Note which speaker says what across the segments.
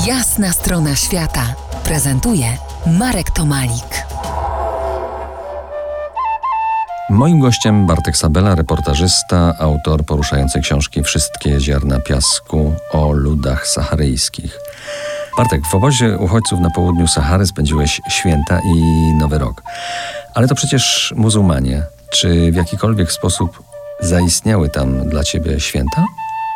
Speaker 1: Jasna strona świata prezentuje Marek Tomalik.
Speaker 2: Moim gościem Bartek Sabela, reportażysta, autor poruszającej książki Wszystkie ziarna piasku o ludach saharyjskich. Bartek, w obozie uchodźców na południu Sahary spędziłeś święta i Nowy Rok. Ale to przecież muzułmanie. Czy w jakikolwiek sposób zaistniały tam dla ciebie święta?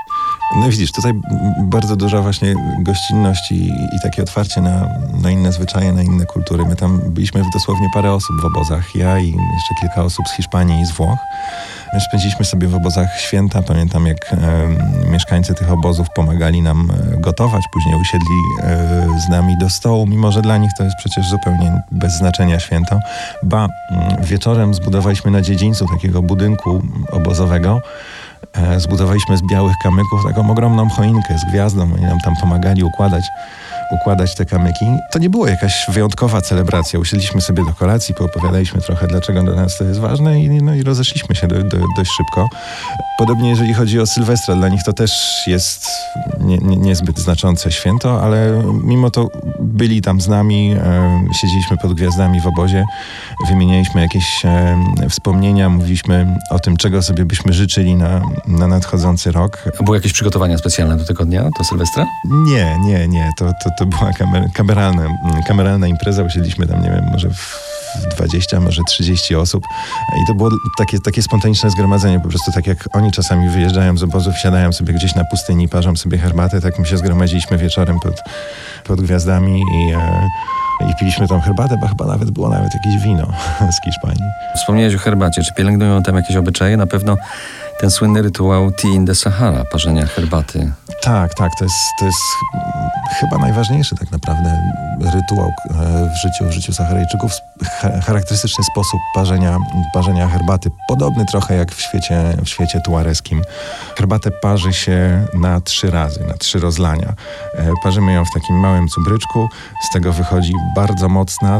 Speaker 3: No widzisz, tutaj bardzo duża właśnie gościnność i takie otwarcie na inne zwyczaje, na inne kultury. My tam byliśmy dosłownie parę osób w obozach. Ja i jeszcze kilka osób z Hiszpanii i z Włoch. My spędziliśmy sobie w obozach święta. Pamiętam, jak mieszkańcy tych obozów pomagali nam gotować. Później usiedli z nami do stołu, mimo że dla nich to jest przecież zupełnie bez znaczenia święto. Wieczorem zbudowaliśmy na dziedzińcu takiego budynku obozowego. Zbudowaliśmy z białych kamyków taką ogromną choinkę z gwiazdą. Oni nam tam pomagali układać te kamyki. To nie była jakaś wyjątkowa celebracja. Usiedliśmy sobie do kolacji, poopowiadaliśmy trochę, dlaczego dla nas to jest ważne i rozeszliśmy się dość szybko. Podobnie jeżeli chodzi o Sylwestra, dla nich to też jest niezbyt znaczące święto, ale mimo to byli tam z nami, siedzieliśmy pod gwiazdami w obozie, wymienialiśmy jakieś wspomnienia, mówiliśmy o tym, czego sobie byśmy życzyli na nadchodzący rok.
Speaker 2: A były jakieś przygotowania specjalne do tego dnia, do Sylwestra?
Speaker 3: Nie. To była kameralna impreza. Usiedliśmy tam, nie wiem, może w 20, może 30 osób. I to było takie spontaniczne zgromadzenie. Po prostu tak jak oni czasami wyjeżdżają z obozów, siadają sobie gdzieś na pustyni i parzą sobie herbatę, tak my się zgromadziliśmy wieczorem pod gwiazdami i piliśmy tą herbatę, bo chyba było jakieś wino z Hiszpanii.
Speaker 2: Wspomniałeś o herbacie. Czy pielęgnują tam jakieś obyczaje? Na pewno ten słynny rytuał Tea in the Sahara, parzenia herbaty.
Speaker 3: Tak. To jest chyba najważniejszy tak naprawdę rytuał w życiu Saharyjczyków. Charakterystyczny sposób parzenia herbaty. Podobny trochę jak w świecie tuareskim. Herbatę parzy się na 3 razy, na 3 rozlania. Parzymy ją w takim małym cubryczku. Z tego wychodzi bardzo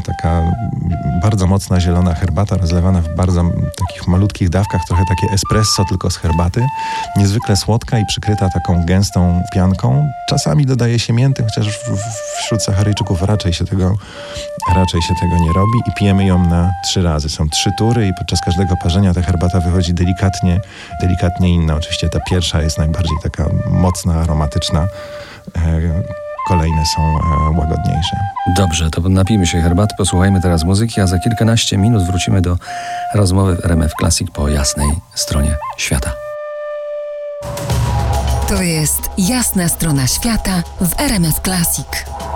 Speaker 3: mocna zielona herbata, rozlewana w bardzo takich malutkich dawkach, trochę takie espresso, tylko z herbaty. Niezwykle słodka i przykryta taką gęstą pianką. Czasami dodaje się mięty, chociaż wśród Saharyjczyków raczej się tego nie robi i pijemy ją na 3 razy. Są 3 tury i podczas każdego parzenia ta herbata wychodzi delikatnie inna. Oczywiście ta pierwsza jest najbardziej taka mocna, aromatyczna. Kolejne są łagodniejsze.
Speaker 2: Dobrze, to napijmy się herbaty, posłuchajmy teraz muzyki, a za kilkanaście minut wrócimy do rozmowy w RMF Classic po jasnej stronie świata.
Speaker 1: To jest Jasna strona świata w RMF Classic.